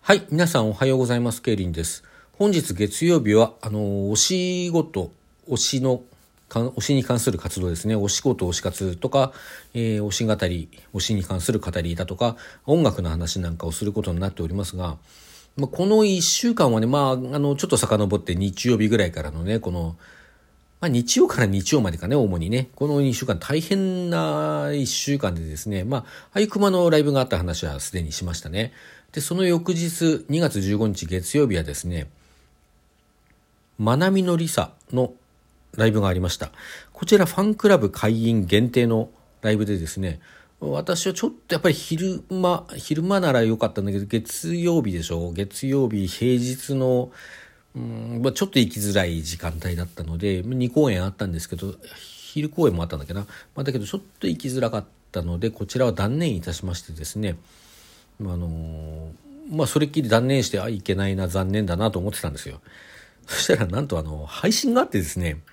はい、皆さんおはようございます。ケイリンです。本日月曜日はお仕事、推しに関する活動ですね。お仕事、推し活とか、推し語り、推しに関する語りだとか、音楽の話なんかをすることになっておりますが、この1週間はね、ちょっと遡って日曜日ぐらいからのね、日曜から日曜までかね、主にね、この2週間大変な1週間でですね、あゆくまのライブがあった話はすでにしましたね。で、その翌日、2月15日月曜日はですね、まなみのりさのライブがありました。こちらファンクラブ会員限定のライブでですね、私はちょっとやっぱり昼間ならよかったんだけど、月曜日でしょ。月曜日、平日の、ちょっと行きづらい時間帯だったので、2公演あったんですけど、昼公演もあったんだけどな。だけどちょっと行きづらかったので、こちらは断念いたしましてですね、それっきり断念していけないな、残念だなと思ってたんですよ。そしたらなんと配信があってですね、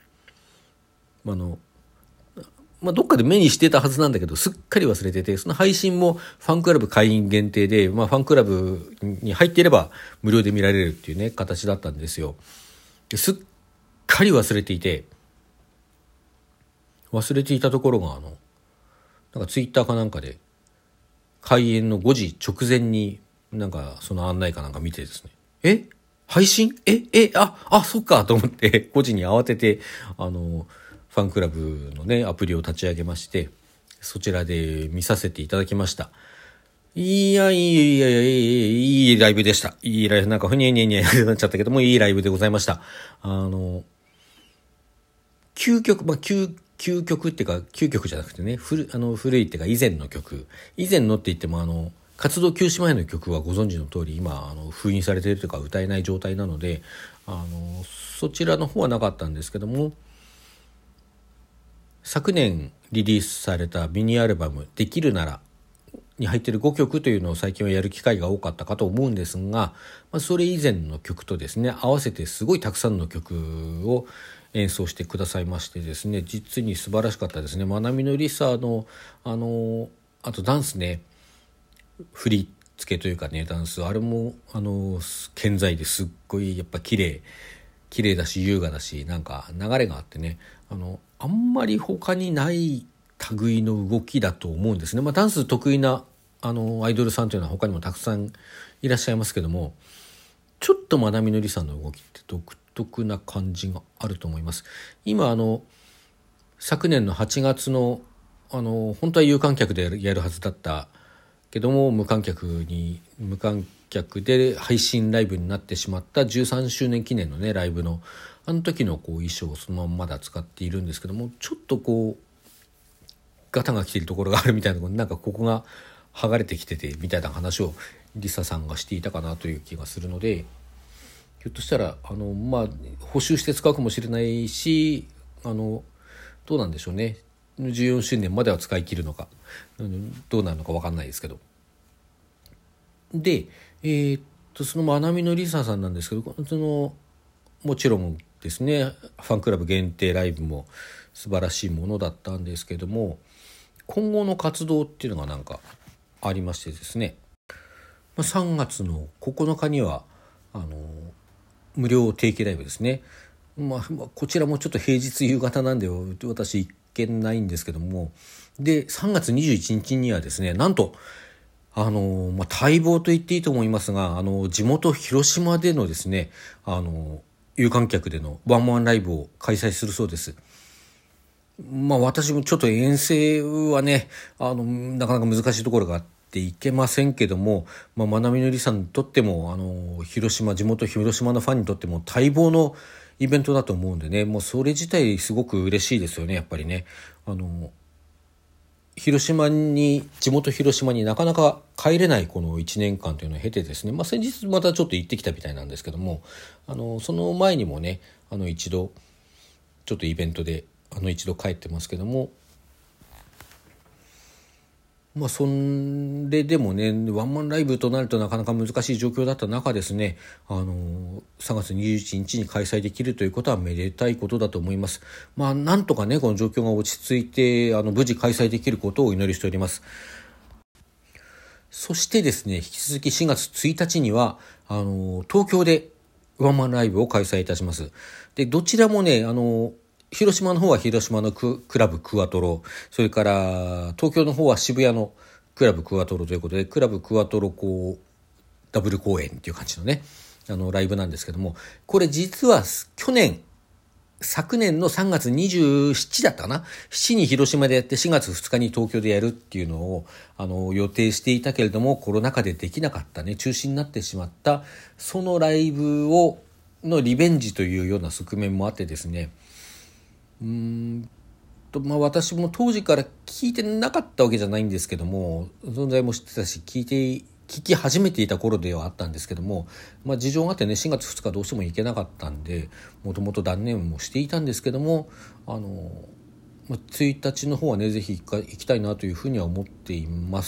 どっかで目にしてたはずなんだけど、すっかり忘れてて、その配信もファンクラブ会員限定で、ファンクラブに入っていれば無料で見られるっていうね、形だったんですよ。すっかり忘れていたところが、なんかツイッターかなんかで、開演の5時直前になんかその案内かなんか見てですね、配信そっかと思って5時に慌ててファンクラブのねアプリを立ち上げまして、そちらで見させていただきました。いいライブでした。いいライブ、なんかふにゃにゃにゃになっちゃったけども、いいライブでございました。究極っていうか、究極じゃなくてね、古いっていうか以前の曲。以前のって言っても活動休止前の曲はご存知の通り、今、封印されているというか歌えない状態なので、そちらの方はなかったんですけども、昨年リリースされたミニアルバム、できるならに入っている5曲というのを最近はやる機会が多かったかと思うんですが、それ以前の曲とですね、合わせてすごいたくさんの曲を演奏してくださいましてですね、実に素晴らしかったですね。まなみのりさのあとダンスね、振り付けというかね、ダンスあれも健在ですっごいやっぱ綺麗だし優雅だし、なんか流れがあってね、あんまり他にない類の動きだと思うんですね。ダンス得意なアイドルさんというのは他にもたくさんいらっしゃいますけども、ちょっとまなみのりさんの動きって独特な感じがあると思います。今昨年の8月の本当は有観客でやるはずだったけども無観客で配信ライブになってしまった13周年記念のねライブの時の衣装をそのまままだ使っているんですけども、ちょっとガタが来ているところがあるみたいな、なんかここが剥がれてきててみたいな話をリサさんがしていたかなという気がするので、ひょっとしたら補修して使うかもしれないし、どうなんでしょうね、14周年までは使い切るのか、どうなるのか分かんないですけど。でそのまなみのりささんなんですけど、もちろんですねファンクラブ限定ライブも素晴らしいものだったんですけども、今後の活動っていうのがなんかありましてですね、3月の9日には無料定期ライブですね。こちらもちょっと平日夕方なんで私行けないんですけども、で3月21日にはですね、なんと待望と言っていいと思いますが、地元広島でのですね有観客でのワンマンライブを開催するそうです。私もちょっと遠征はねなかなか難しいところがあって行けませんけども、まなみのりさんにとっても地元広島のファンにとっても待望のイベントだと思うんでね、もうそれ自体すごく嬉しいですよね。やっぱりね地元広島になかなか帰れないこの1年間というのを経てですね、先日またちょっと行ってきたみたいなんですけども、その前にもね一度ちょっとイベントで一度帰ってますけども、それでもねワンマンライブとなるとなかなか難しい状況だった中ですね、3月21日に開催できるということはめでたいことだと思います。なんとかねこの状況が落ち着いて無事開催できることをお祈りしております。 そしてですね、引き続き4月1日には、東京でワンマンライブを開催いたします。で、どちらもね、広島の方は広島のクラブクワトロ、それから東京の方は渋谷のクラブクワトロということで、クラブクワトロこうダブル公演っていう感じのね、ライブなんですけども、これ実は昨年の3月27だったかな、7に広島でやって4月2日に東京でやるっていうのを予定していたけれども、コロナ禍でできなかったね、中止になってしまったそのライブのリベンジというような側面もあってですね、私も当時から聞いてなかったわけじゃないんですけども、存在も知ってたし聞き始めていた頃ではあったんですけども、事情があってね、4月2日どうしても行けなかったんで、もともと断念もしていたんですけども、1日の方はね、ぜひ行きたいなというふうには思っています。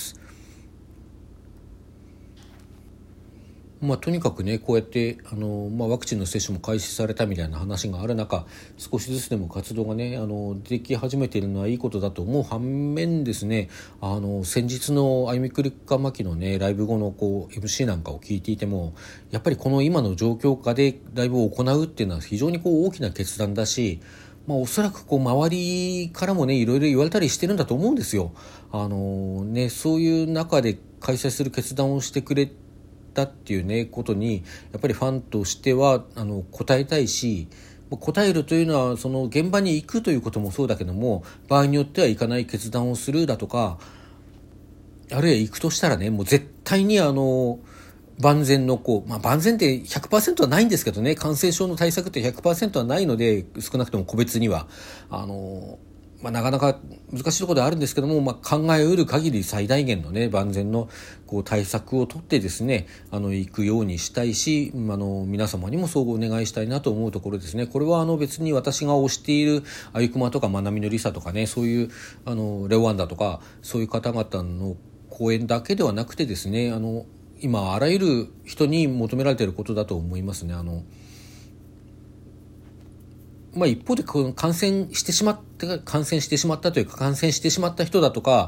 とにかくね、こうやってワクチンの接種も開始されたみたいな話がある中、少しずつでも活動がねでき始めているのはいいことだと思う反面ですね、先日のあゆみくりかまきのねライブ後のMC なんかを聞いていても、やっぱりこの今の状況下でライブを行うっていうのは非常に大きな決断だし、おそらく周りからもねいろいろ言われたりしてるんだと思うんですよ。そういう中で開催する決断をしてくれたっていうねことに、やっぱりファンとしては応えたいし、応えるというのはその現場に行くということもそうだけども、場合によっては行かない決断をするだとか、あるいは行くとしたらね、もう絶対に万全の万全って 100% はないんですけどね、感染症の対策って 100% はないので、少なくとも個別にはなかなか難しいところではあるんですけども、考えうる限り最大限のね万全の対策を取ってですね行くようにしたいし、皆様にもそうお願いしたいなと思うところですね。これは別に私が推しているあゆくまとかまなみのりさとかね、そういうレオワンダとかそういう方々の講演だけではなくてですね、今あらゆる人に求められていることだと思いますね。一方で感染してしまったというか、感染してしまった人だとか、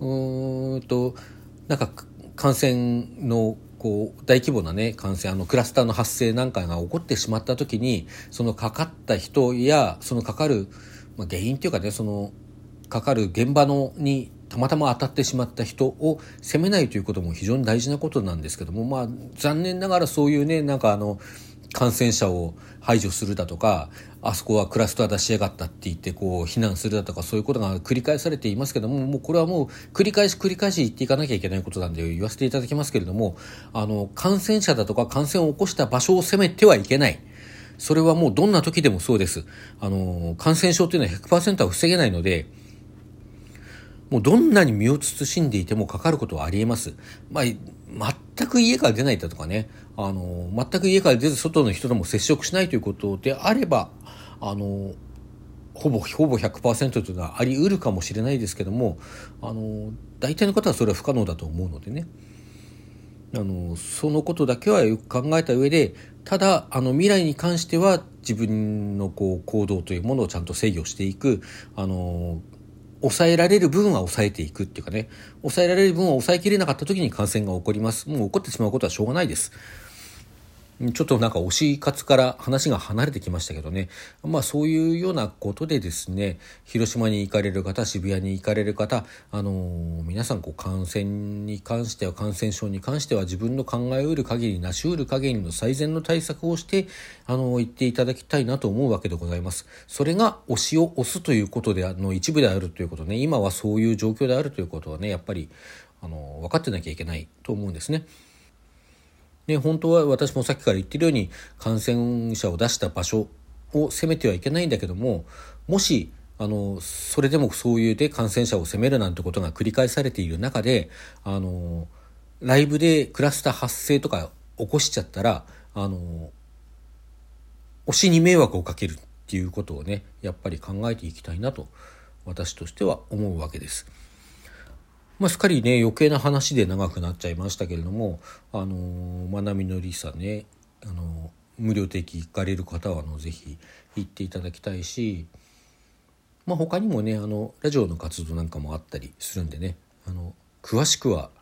なんか感染の大規模なね感染クラスターの発生なんかが起こってしまった時に、そのかかった人やそのかかる、原因というかね、そのかかる現場にたまたま当たってしまった人を責めないということも非常に大事なことなんですけども、残念ながらそういうね感染者を排除するだとか、あそこはクラスター出しやがったって言って非難するだとか、そういうことが繰り返されていますけども、これはもう繰り返し言っていかなきゃいけないことなんで言わせていただきますけれども、感染者だとか感染を起こした場所を責めてはいけない。それはもうどんな時でもそうです。感染症というのは 100% は防げないので、もうどんなに身を慎んでいてもかかることはありえます。全く家から出ないだとかね、全く家から出ず外の人とも接触しないということであれば、ほぼ 100% というのはあり得るかもしれないですけども、大体の方はそれは不可能だと思うのでね、そのことだけはよく考えた上で、ただ未来に関しては自分の行動というものをちゃんと制御していく、抑えられる分は抑えていくっていうかね、抑えられる分は抑えきれなかった時に感染が起こります。もう起こってしまうことはしょうがないです。ちょっと推し活から話が離れてきましたけどね、そういうようなことでですね、広島に行かれる方、渋谷に行かれる方、皆さん感染に関しては、感染症に関しては自分の考えうる限り、なしうる限りの最善の対策をして言っていただきたいなと思うわけでございます。それが推しを推すということで一部であるということね、今はそういう状況であるということはね、やっぱり分かってなきゃいけないと思うんですね。本当は私もさっきから言っているように、感染者を出した場所を責めてはいけないんだけども、もしそれでもそういうで感染者を責めるなんてことが繰り返されている中で、ライブでクラスター発生とか起こしちゃったら推しに迷惑をかけるっていうことをね、やっぱり考えていきたいなと私としては思うわけです。すっかりね余計な話で長くなっちゃいましたけれども、まなみのりさね、無料定期行かれる方はぜひ行っていただきたいし、他にもねラジオの活動なんかもあったりするんでね、詳しくは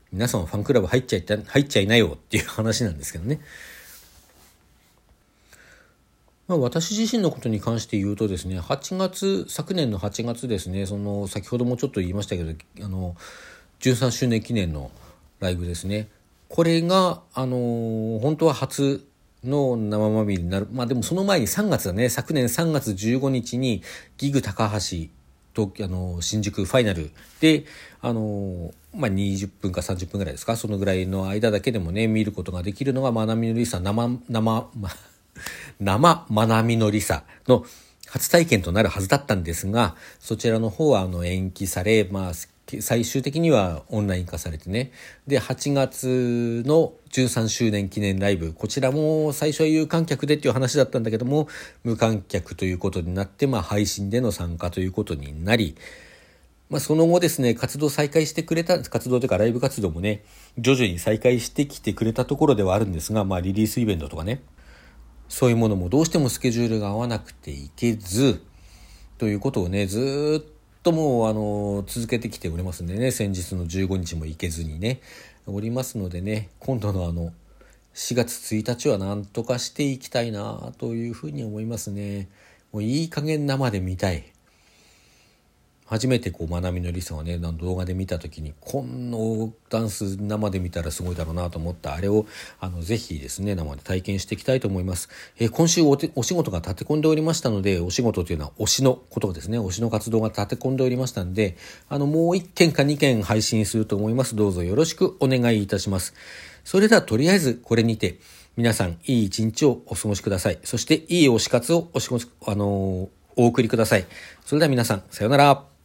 皆さんファンクラブ入っちゃいなよっていう話なんですけどね。私自身のことに関して言うとですね、昨年の8月ですね、先ほどもちょっと言いましたけど、13周年記念のライブですね。これが、本当は初の生まみれになる。でもその前に3月だね、昨年3月15日にギグ高橋と、新宿ファイナルで、20分か30分ぐらいですか、そのぐらいの間だけでもね、見ることができるのが、まなみのりさ生まなみのりさの初体験となるはずだったんですが、そちらの方は延期され、最終的にはオンライン化されてね。で、8月の13周年記念ライブ、こちらも最初は有観客でっていう話だったんだけども、無観客ということになって、配信での参加ということになり、その後ですね、活動というかライブ活動もね、徐々に再開してきてくれたところではあるんですが、リリースイベントとかね、そういうものもどうしてもスケジュールが合わなくていけず、ということをね、ずっともう続けてきておりますんでね、先日の15日も行けずにね、おりますのでね、今度の4月1日はなんとかしていきたいなというふうに思いますね。もういい加減生で見たい。初めてまなみのりさんをね、動画で見たときに、このダンス生で見たらすごいだろうなと思ったあれを、ぜひですね、生で体験していきたいと思います。今週お仕事が立て込んでおりましたので、お仕事というのは推しのことですね、推しの活動が立て込んでおりましたので、もう1件か2件配信すると思います。どうぞよろしくお願いいたします。それではとりあえずこれにて、皆さんいい一日をお過ごしください。そしていい推し活をお送りください。それでは皆さん、さようなら。